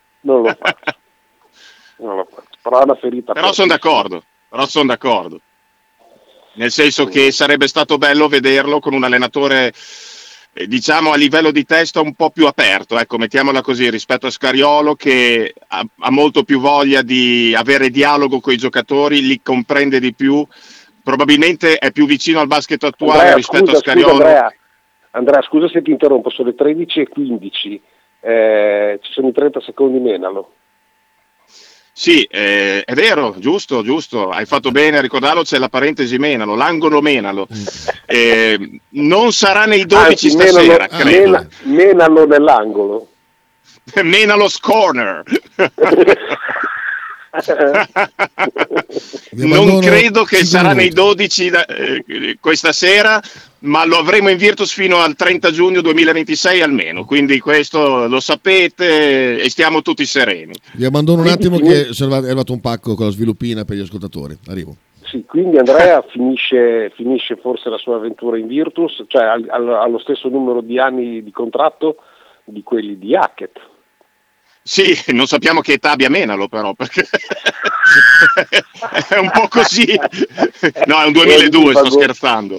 Però è una ferita. Però sono d'accordo. Nel senso che sarebbe stato bello vederlo con un allenatore, diciamo, a livello di testa un po' più aperto, ecco, mettiamola così, rispetto a Scariolo, che ha molto più voglia di avere dialogo con i giocatori, li comprende di più. Probabilmente è più vicino al basket attuale rispetto a Scariolo. Andrea, scusa se ti interrompo, sono le 13:15, ci sono i 30 secondi, menalo. Sì, è vero, giusto, hai fatto bene a ricordarlo, c'è la parentesi menalo, l'angolo menalo. Non sarà nei 12 stasera, credo. Menalo nell'angolo. Menalo's corner. Non credo che sarà nei 12 questa sera, ma lo avremo in Virtus fino al 30 giugno 2026 almeno, quindi questo lo sapete e stiamo tutti sereni. Vi abbandono un attimo che è arrivato un pacco con la sviluppina per gli ascoltatori, arrivo. Sì, quindi Andrea finisce forse la sua avventura in Virtus, cioè allo stesso numero di anni di contratto di quelli di Hackett. Sì, non sappiamo che età abbia Menalo però, perché è un po' così. No, è un 2002, sto scherzando.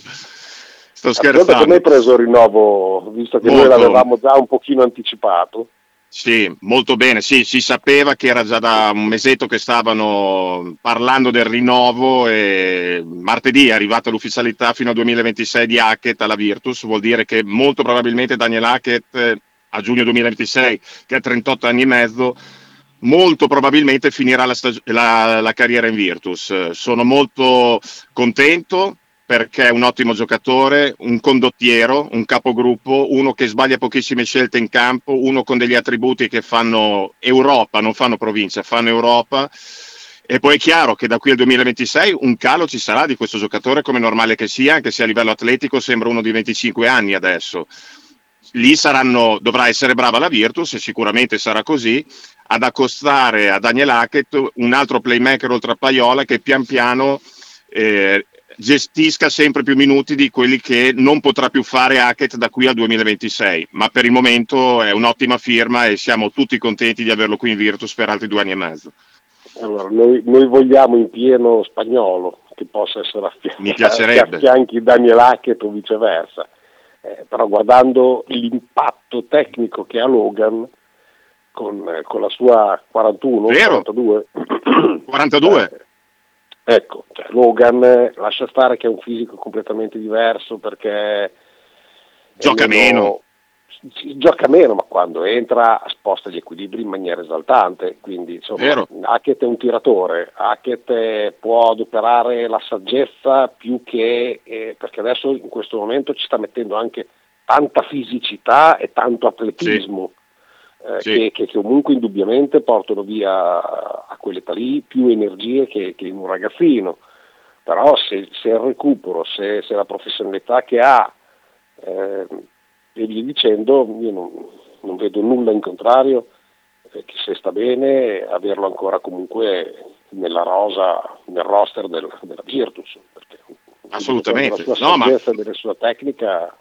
Che mai preso il rinnovo, visto che noi l'avevamo già un pochino anticipato. Sì, molto bene, sì, si sapeva che era già da un mesetto che stavano parlando del rinnovo, e martedì è arrivata l'ufficialità fino al 2026 di Hackett alla Virtus. Vuol dire che molto probabilmente Daniel Hackett a giugno 2026, che ha 38 anni e mezzo, molto probabilmente finirà la carriera in Virtus. Sono molto contento perché è un ottimo giocatore, un condottiero, un capogruppo, uno che sbaglia pochissime scelte in campo, uno con degli attributi che fanno Europa, non fanno provincia, fanno Europa. E poi è chiaro che da qui al 2026 un calo ci sarà di questo giocatore, come normale che sia, anche se a livello atletico sembra uno di 25 anni adesso. Lì dovrà essere brava la Virtus, e sicuramente sarà così, ad accostare a Daniel Hackett un altro playmaker oltre a Paiola, che pian piano gestisca sempre più minuti di quelli che non potrà più fare Hackett da qui al 2026. Ma per il momento è un'ottima firma e siamo tutti contenti di averlo qui in Virtus per altri 2 anni e mezzo. Allora, noi vogliamo in pieno spagnolo che possa essere a fianchi Daniel Hackett o viceversa. Però guardando l'impatto tecnico che ha Logan con la sua 41, vero? 42. Ecco, cioè Logan, lascia stare che è un fisico completamente diverso, perché gioca meno, ma quando entra sposta gli equilibri in maniera esaltante, quindi insomma Hackett è un tiratore, Hackett può adoperare la saggezza più che perché adesso in questo momento ci sta mettendo anche tanta fisicità e tanto atletismo. Che comunque indubbiamente portano via a quell'età lì più energie che in un ragazzino. Però se il recupero, se la professionalità che ha e via dicendo, io non vedo nulla in contrario che se sta bene averlo ancora comunque nella rosa, nel roster della Virtus, perché Assolutamente. della sua No, ma saggezza e della sua tecnica,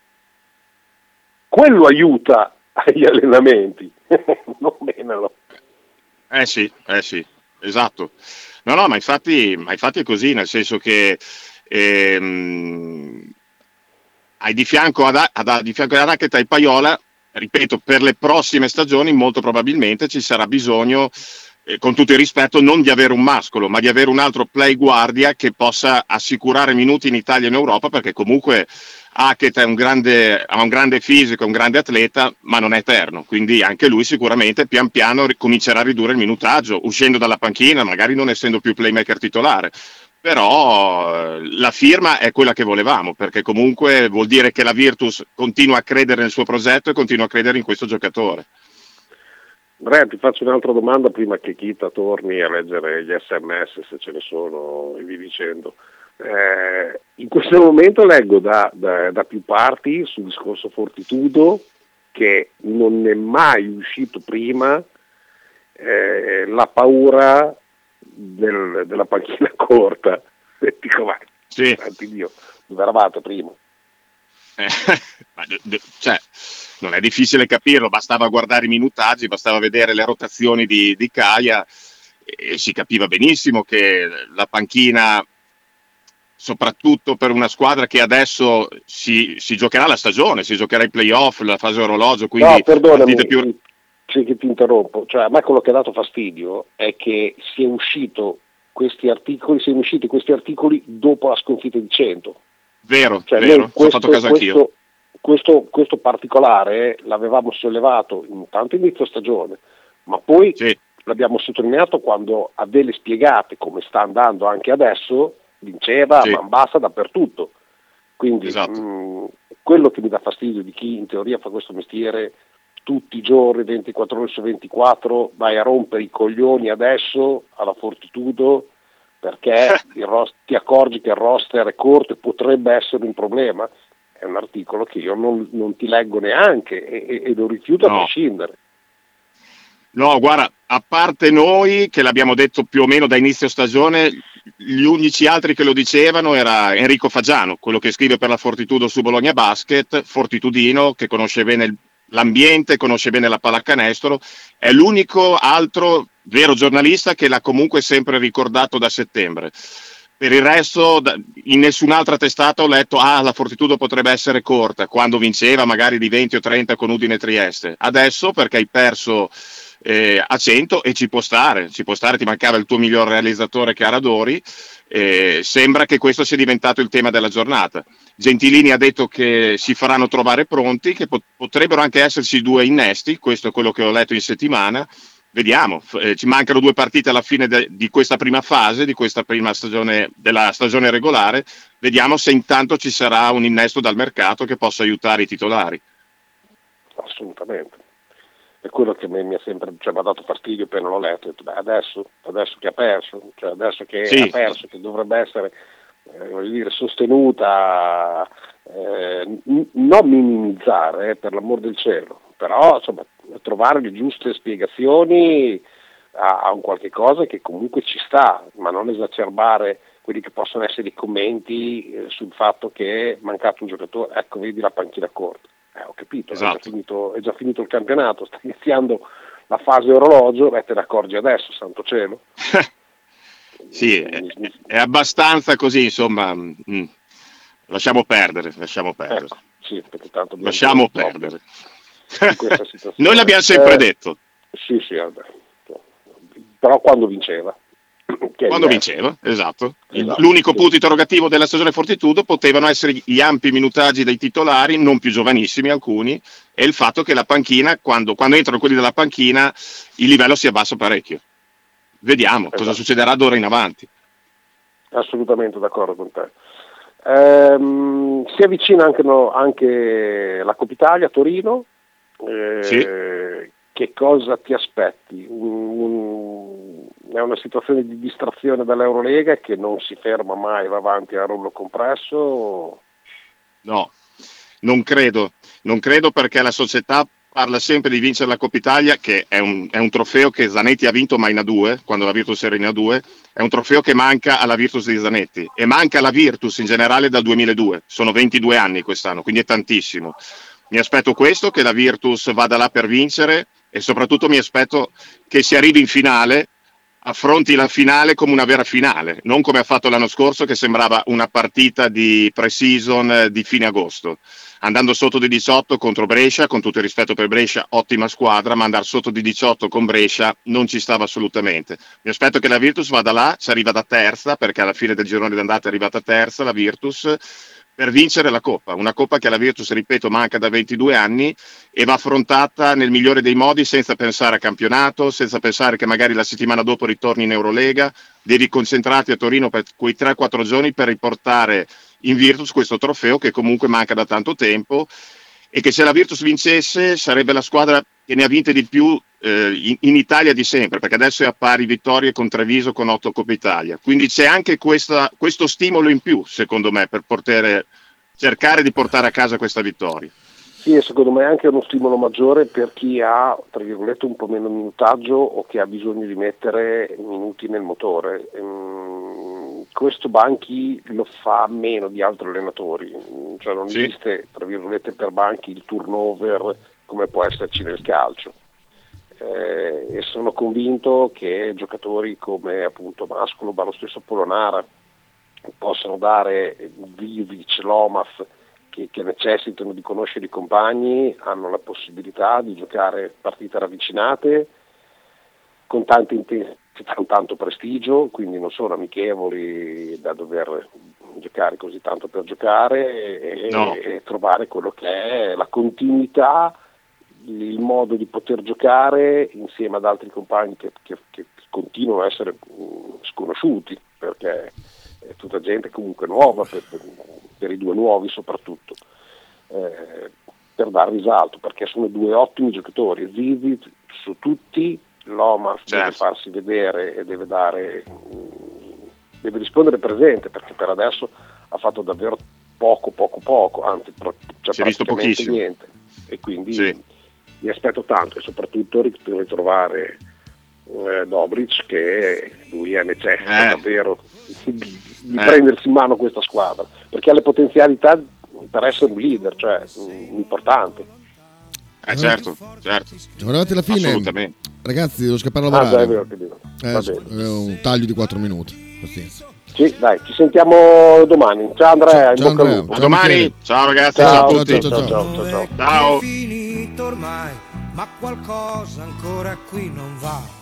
quello aiuta agli allenamenti, non menalo. sì, esatto. No, ma infatti è così, nel senso che hai di fianco di fianco ad Hackett e Paiola, ripeto, per le prossime stagioni molto probabilmente ci sarà bisogno, con tutto il rispetto, non di avere un mascolo, ma di avere un altro play guardia che possa assicurare minuti in Italia e in Europa, perché comunque Hackett ha un grande fisico, è un grande atleta, ma non è eterno, quindi anche lui sicuramente pian piano comincerà a ridurre il minutaggio, uscendo dalla panchina, magari non essendo più playmaker titolare. Però la firma è quella che volevamo, perché comunque vuol dire che la Virtus continua a credere nel suo progetto e continua a credere in questo giocatore. Andrea, ti faccio un'altra domanda prima che Kita torni a leggere gli SMS, se ce ne sono, e via dicendo. In questo momento leggo da più parti sul discorso Fortitudo che non è mai uscito prima la paura della panchina corta. E dico, vai, sì. Santi Dio, dove eravate prima? Cioè, non è difficile capirlo, bastava guardare i minutaggi, bastava vedere le rotazioni di Caia e si capiva benissimo che la panchina, soprattutto per una squadra che adesso si giocherà la stagione, si giocherà i playoff, la fase orologio, quindi no, perdonami, sì, che ti interrompo. Cioè, a me quello che ha dato fastidio è che siano usciti questi articoli dopo la sconfitta di 100. Vero, cioè, vero, ci ho fatto caso anch'io. Questo particolare l'avevamo sollevato intanto inizio stagione, ma poi l'abbiamo sottolineato quando Adele spiegate come sta andando anche adesso, vinceva, ma basta dappertutto. Quindi quello che mi dà fastidio di chi in teoria fa questo mestiere tutti i giorni, 24 ore su 24, vai a rompere i coglioni adesso alla Fortitudo perché ti accorgi che il roster è corto e potrebbe essere un problema. È un articolo che io non ti leggo neanche e lo rifiuto a prescindere. No, guarda, a parte noi che l'abbiamo detto più o meno da inizio stagione, gli unici altri che lo dicevano era Enrico Fagiano, quello che scrive per la Fortitudo su Bologna Basket, fortitudino, che conosce bene l'ambiente, conosce bene la pallacanestro, è l'unico altro vero giornalista che l'ha comunque sempre ricordato da settembre. Per il resto, in nessun'altra testata ho letto la Fortitudo potrebbe essere corta, quando vinceva magari di 20 o 30 con Udine Trieste. Adesso, perché hai perso a 100 e ci può stare, ti mancava il tuo miglior realizzatore che era Dori, sembra che questo sia diventato il tema della giornata. Gentilini ha detto che si faranno trovare pronti, che potrebbero anche esserci 2 innesti, questo è quello che ho letto in settimana. Vediamo, ci mancano 2 partite alla fine di questa prima fase, di questa prima stagione, della stagione regolare. Vediamo se intanto ci sarà un innesto dal mercato che possa aiutare i titolari. Assolutamente. È quello che mi ha sempre mi ha dato fastidio appena l'ho letto. Ho detto, adesso che ha perso, cioè adesso che ha perso, che dovrebbe essere voglio dire, sostenuta, non minimizzare, per l'amor del cielo, però insomma trovare le giuste spiegazioni a un qualche cosa che comunque ci sta, ma non esacerbare quelli che possono essere i commenti sul fatto che è mancato un giocatore. Ecco, vedi la panchina corta. Ho capito, esatto. È già finito il campionato, sta iniziando la fase orologio, te ne accorgi adesso, santo cielo. Sì, è abbastanza così, insomma, lasciamo perdere. Ecco, sì, perché tanto lasciamo perdere. Noi l'abbiamo sempre detto. Sì, vabbè. Però quando vinceva. Quando vinceva, esatto. L'unico punto interrogativo della stagione Fortitudo potevano essere gli ampi minutaggi dei titolari, non più giovanissimi alcuni, e il fatto che la panchina, quando entrano quelli della panchina, il livello si abbassa parecchio. Vediamo cosa succederà d'ora in avanti. Assolutamente d'accordo con te. Si avvicina anche la Coppa Italia a Torino. Che cosa ti aspetti? È una situazione di distrazione dall'Eurolega che non si ferma mai, va avanti a rullo compresso? No, non credo perché la società parla sempre di vincere la Coppa Italia, che è un trofeo che Zanetti ha vinto ma in A2, quando la Virtus era in A2, è un trofeo che manca alla Virtus di Zanetti e manca alla Virtus in generale dal 2002, sono 22 anni quest'anno, quindi è tantissimo. Mi aspetto questo, che la Virtus vada là per vincere, e soprattutto mi aspetto che si arrivi in finale, affronti la finale come una vera finale, non come ha fatto l'anno scorso che sembrava una partita di pre-season di fine agosto, andando sotto di 18 contro Brescia, con tutto il rispetto per Brescia, ottima squadra, ma andare sotto di 18 con Brescia non ci stava assolutamente. Mi aspetto che la Virtus vada là, ci arriva da terza, perché alla fine del girone d'andata è arrivata terza la Virtus, per vincere la Coppa, una Coppa che alla Virtus, ripeto, manca da 22 anni e va affrontata nel migliore dei modi, senza pensare a campionato, senza pensare che magari la settimana dopo ritorni in Eurolega. Devi concentrarti a Torino per quei 3-4 giorni per riportare in Virtus questo trofeo che comunque manca da tanto tempo, e che se la Virtus vincesse sarebbe la squadra che ne ha vinte di più in Italia di sempre, perché adesso è a pari vittorie con Treviso con 8 Coppa Italia, quindi c'è anche questo stimolo in più secondo me per poter cercare di portare a casa questa vittoria. Sì, e secondo me è anche uno stimolo maggiore per chi ha, tra virgolette, un po' meno minutaggio o che ha bisogno di mettere minuti nel motore. Questo Banchi lo fa meno di altri allenatori, cioè non esiste, tra virgolette, per Banchi il turnover come può esserci nel calcio. E sono convinto che giocatori come appunto Mascolo, ma lo stesso Polonara possano dare Vivic, Lomas, che necessitano di conoscere i compagni, hanno la possibilità di giocare partite ravvicinate con tanta intensità, con tanto prestigio, quindi non sono amichevoli da dover giocare così tanto per giocare e trovare quello che è la continuità, il modo di poter giocare insieme ad altri compagni che continuano a essere sconosciuti, perché è tutta gente comunque nuova, per i due nuovi soprattutto, per dar risalto, perché sono due ottimi giocatori. Zizi su tutti, Lomas deve farsi vedere e deve rispondere presente, perché per adesso ha fatto davvero poco, anzi si è visto pochissimo, niente, e quindi mi aspetto tanto, e soprattutto ritrovare Dobric, che lui necessita davvero di prendersi in mano questa squadra, perché ha le potenzialità per essere un leader, cioè importante. Certo. Siamo arrivati alla fine. Assolutamente. Ragazzi, devo scappare a lavorare. Va bene. Un taglio di 4 minuti. Pazienza. Sì, dai, ci sentiamo domani. Ciao Andrea, in bocca al lupo. A domani. Ciao ragazzi, ciao a tutti. Ciao. Ciao. È finito ormai, ma qualcosa ancora qui non va.